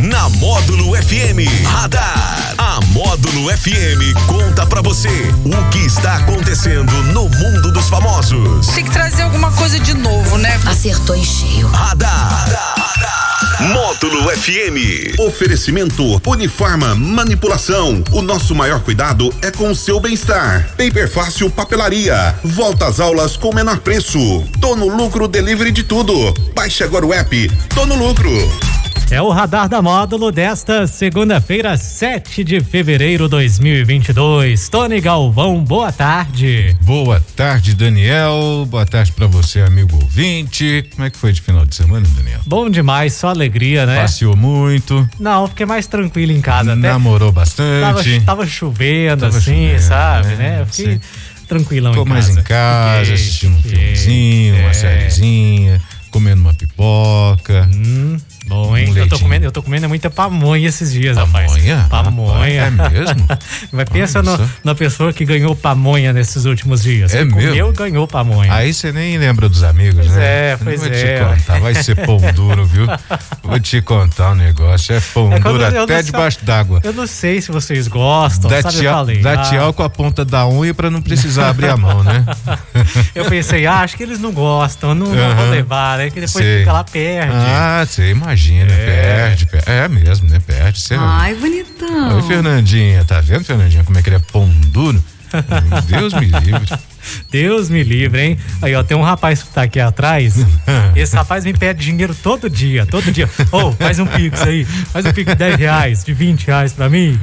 na Módulo FM. Radar. A Módulo FM conta pra você o que está acontecendo no mundo dos famosos. Tem que trazer alguma coisa de novo, né? Acertou em cheio. Radar. Módulo FM. Oferecimento Uniforma Manipulação. O nosso maior cuidado é com o seu bem-estar. Paper Fácil Papelaria. Volta às aulas com menor preço. Tô no Lucro Delivery de tudo. Baixe agora o app Tô no Lucro. É o Radar da Módulo desta segunda-feira, 7 de fevereiro de 2022. Tony Galvão, boa tarde. Boa tarde, Daniel. Boa tarde pra você, amigo ouvinte. Como é que foi de final de semana, Daniel? Bom demais, só alegria, né? Passeou muito? Não, fiquei mais tranquilo em casa. Até namorou bastante? Tava chovendo, sabe, né? Eu fiquei tranquilão em casa. Ficou mais em casa, assistindo um filmezinho, uma sériezinha, comendo uma pipoca. Bom, hein? Eu tô comendo muita pamonha esses dias, pamonha? Rapaz. Pamonha. É mesmo? Mas pensa na pessoa que ganhou pamonha nesses últimos dias. É mesmo? Comeu e ganhou pamonha. Aí você nem lembra dos amigos, né? Pois Vou te contar, vai ser pão duro, viu? Vou te contar um negócio, é pão duro até debaixo d'água. Eu não sei se vocês gostam, Dá tchau com a ponta da unha pra não precisar abrir a mão, né? Eu pensei, acho que eles não gostam, não vou levar, né? Que depois fica lá, perde. Você imagina, perde. É mesmo, né? Perde. Ai, bonitão. Oi, Fernandinha, tá vendo, Fernandinha, como é que ele é pão duro? Deus me livre. Deus me livre, hein? Aí, ó, tem um rapaz que tá aqui atrás. Esse rapaz me pede dinheiro todo dia. Faz um pix aí. Faz um pix de R$10, de R$20 pra mim.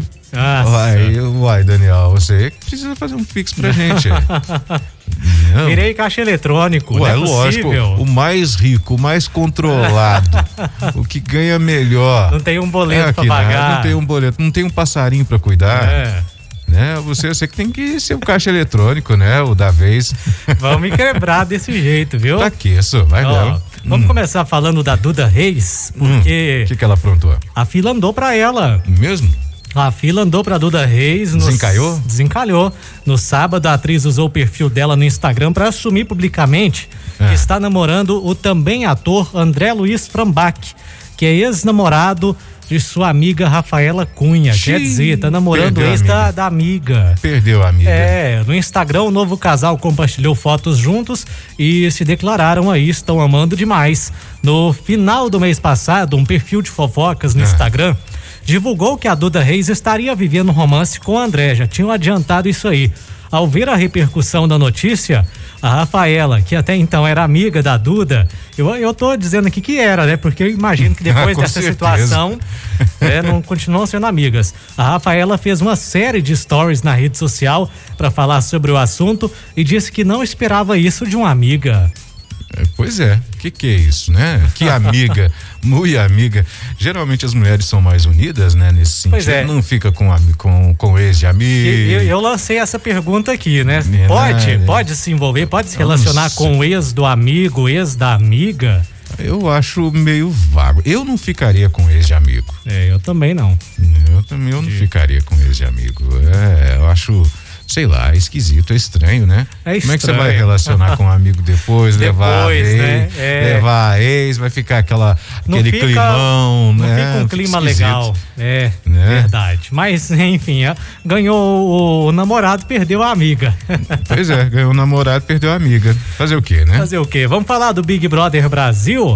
Uai, Daniel, você precisa fazer um pix pra gente. Não. Virei caixa eletrônico, não é lógico, possível. o mais rico, o mais controlado, o que ganha melhor. Não tem um boleto pra pagar. Não tem um boleto, não tem um passarinho pra cuidar. Né? Você que tem que ser o caixa eletrônico, né? O da vez. Vamos me quebrar desse jeito, viu? Tá aqui, isso, vai mesmo. Vamos começar falando da Duda Reis, porque... O que ela aprontou? A fila andou pra ela. Mesmo? A fila andou pra Duda Reis. Desencalhou? Desencalhou. No sábado, a atriz usou o perfil dela no Instagram para assumir publicamente que está namorando o também ator André Luiz Frambach, que é ex-namorado de sua amiga Rafaela Cunha. Quer dizer, tá namorando o ex da amiga. Perdeu a amiga. No Instagram, o novo casal compartilhou fotos juntos e se declararam aí, estão amando demais. No final do mês passado, um perfil de fofocas no Instagram divulgou que a Duda Reis estaria vivendo um romance com o André, já tinham adiantado isso aí. Ao ver a repercussão da notícia, a Rafaela, que até então era amiga da Duda, eu tô dizendo aqui que era, né? Porque eu imagino que depois dessa situação, não continuam sendo amigas. A Rafaela fez uma série de stories na rede social para falar sobre o assunto e disse que não esperava isso de uma amiga. Pois é, o que é isso, né? Que amiga, muito amiga. Geralmente as mulheres são mais unidas, né? Nesse sentido, pois é. Não fica com ex de amigo. Eu lancei essa pergunta aqui, né? Pode se envolver, pode se relacionar com o ex do amigo, ex da amiga? Eu acho meio vago. Eu não ficaria com ex de amigo. Eu também não. Eu não ficaria com ex de amigo. Eu acho... Sei lá, é esquisito, é estranho, né? Como é que você vai relacionar com um amigo depois levar a ex, né? Levar a ex, vai ficar aquele climão, não né? Não fica um clima legal, né? Verdade. Mas, enfim, ganhou o namorado, perdeu a amiga. Pois é, ganhou o namorado, perdeu a amiga. Fazer o quê, né? Fazer o quê? Vamos falar do Big Brother Brasil,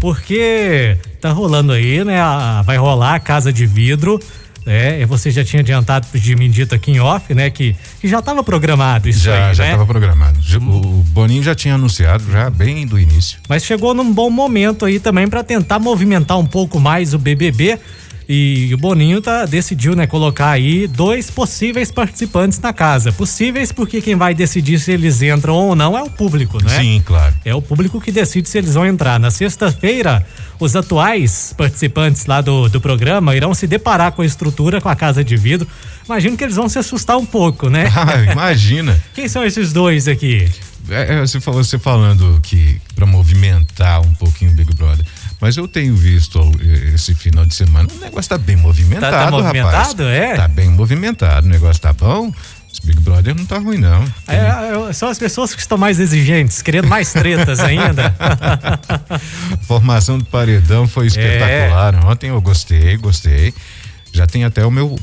porque tá rolando aí, né? Vai rolar a Casa de Vidro. Você já tinha adiantado de mim dito aqui em off, né? Que já estava programado isso aí, né? Já estava programado. O Boninho já tinha anunciado, já bem do início. Mas chegou num bom momento aí também para tentar movimentar um pouco mais o BBB. E o Boninho decidiu, né, colocar aí 2 possíveis participantes na casa. Possíveis porque quem vai decidir se eles entram ou não é o público, né? Sim, claro. É o público que decide se eles vão entrar. Na sexta-feira, os atuais participantes lá do programa irão se deparar com a estrutura, com a Casa de Vidro. Imagino que eles vão se assustar um pouco, né? Imagina. Quem são esses 2 aqui? Você falando que para movimentar um pouquinho o Big Brother. Mas eu tenho visto esse final de semana, o negócio tá bem movimentado, tá movimentado, rapaz. Tá bem movimentado, o negócio tá bom. Esse Big Brother não tá ruim, não. São as pessoas que estão mais exigentes, querendo mais tretas ainda. A formação do paredão foi espetacular. Ontem eu gostei. Já tem até o meu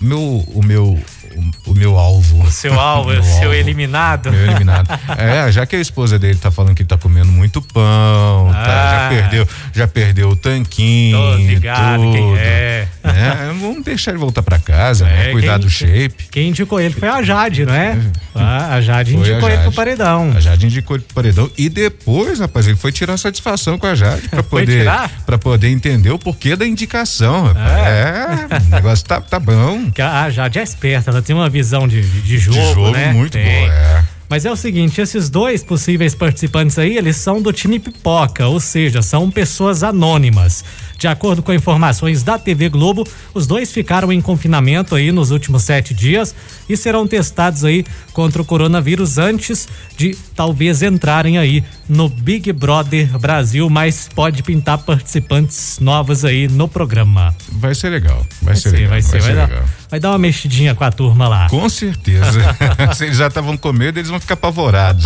alvo. O seu alvo, o seu eliminado. Meu eliminado. Já que a esposa dele tá falando que tá comendo muito pão, já perdeu o tanquinho. Tô ligado tudo, quem é. Vamos deixar ele voltar pra casa, né? Cuidar do shape. Quem indicou ele foi a Jade, não é? A Jade indicou ele pro paredão. A Jade indicou ele pro paredão e depois, rapaz, ele foi tirar satisfação com a Jade pra poder entender o porquê da indicação, rapaz. O negócio tá bom. A Jade é esperta, ela tem uma visão de jogo, né? Muito boa, Mas é o seguinte, esses dois possíveis participantes aí, eles são do time pipoca, ou seja, são pessoas anônimas. De acordo com informações da TV Globo, os dois ficaram em confinamento aí nos últimos 7 dias e serão testados aí contra o coronavírus antes de talvez entrarem aí no Big Brother Brasil, mas pode pintar participantes novos aí no programa. Vai ser legal, vai ser legal. Vai dar uma mexidinha com a turma lá. Com certeza. Se eles já estavam com medo, eles vão ficar apavorados.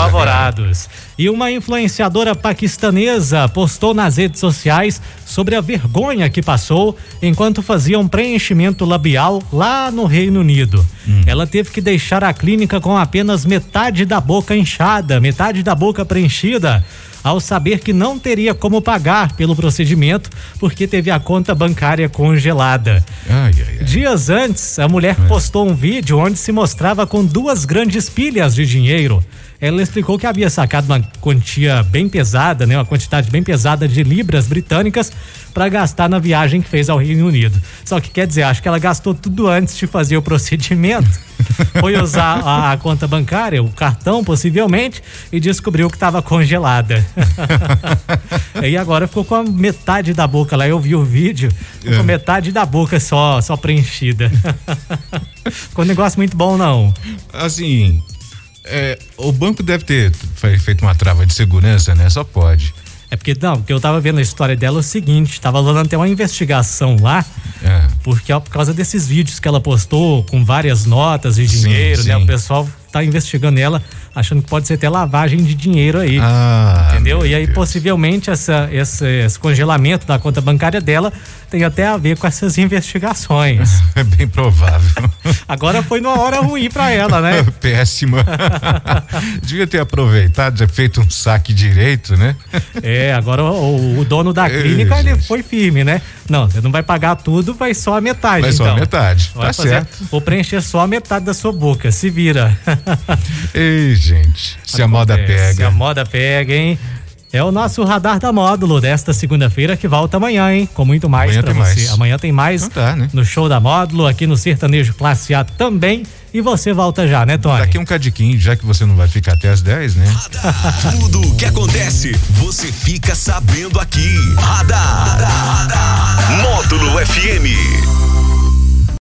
E uma influenciadora paquistanesa postou nas redes sociais sobre a vergonha que passou enquanto fazia um preenchimento labial lá no Reino Unido. Ela teve que deixar a clínica com apenas metade da boca inchada, metade da boca preenchida, ao saber que não teria como pagar pelo procedimento porque teve a conta bancária congelada. Dias antes, a mulher postou um vídeo onde se mostrava com 2 grandes pilhas de dinheiro. Ela explicou que havia sacado uma quantia bem pesada, né? Uma quantidade bem pesada de libras britânicas para gastar na viagem que fez ao Reino Unido. Só que quer dizer, acho que ela gastou tudo antes de fazer o procedimento. Foi usar a conta bancária, o cartão possivelmente, e descobriu que estava congelada. E agora ficou com a metade da boca lá. Eu vi o vídeo, com metade da boca só preenchida. Ficou um negócio muito bom, não. Assim, o banco deve ter feito uma trava de segurança, né? Só pode. Porque eu tava vendo a história dela o seguinte, tava rolando até uma investigação lá, porque por causa desses vídeos que ela postou com várias notas de dinheiro, né? O pessoal tá investigando ela, achando que pode ser até lavagem de dinheiro aí, entendeu? E aí possivelmente esse congelamento da conta bancária dela tem até a ver com essas investigações. É bem provável. Agora foi numa hora ruim pra ela, né? Péssima. Devia ter aproveitado, já feito um saque direito, né? Agora o dono da clínica, ele foi firme, né? Não, você não vai pagar tudo, vai só a metade. Vai então. Só a metade, tá certo. Vou preencher só a metade da sua boca, se vira. Ei, gente, se a moda pega. Se a moda pega, hein? É o nosso Radar da Módulo desta segunda-feira que volta amanhã, hein? Com muito mais pra você. Amanhã tem mais né? No Show da Módulo, aqui no Sertanejo Classe A também. E você volta já, né, Tony? Daqui um cadiquinho, já que você não vai ficar até as 10, né? Radar. Tudo o que acontece, você fica sabendo aqui. Radar. Módulo FM.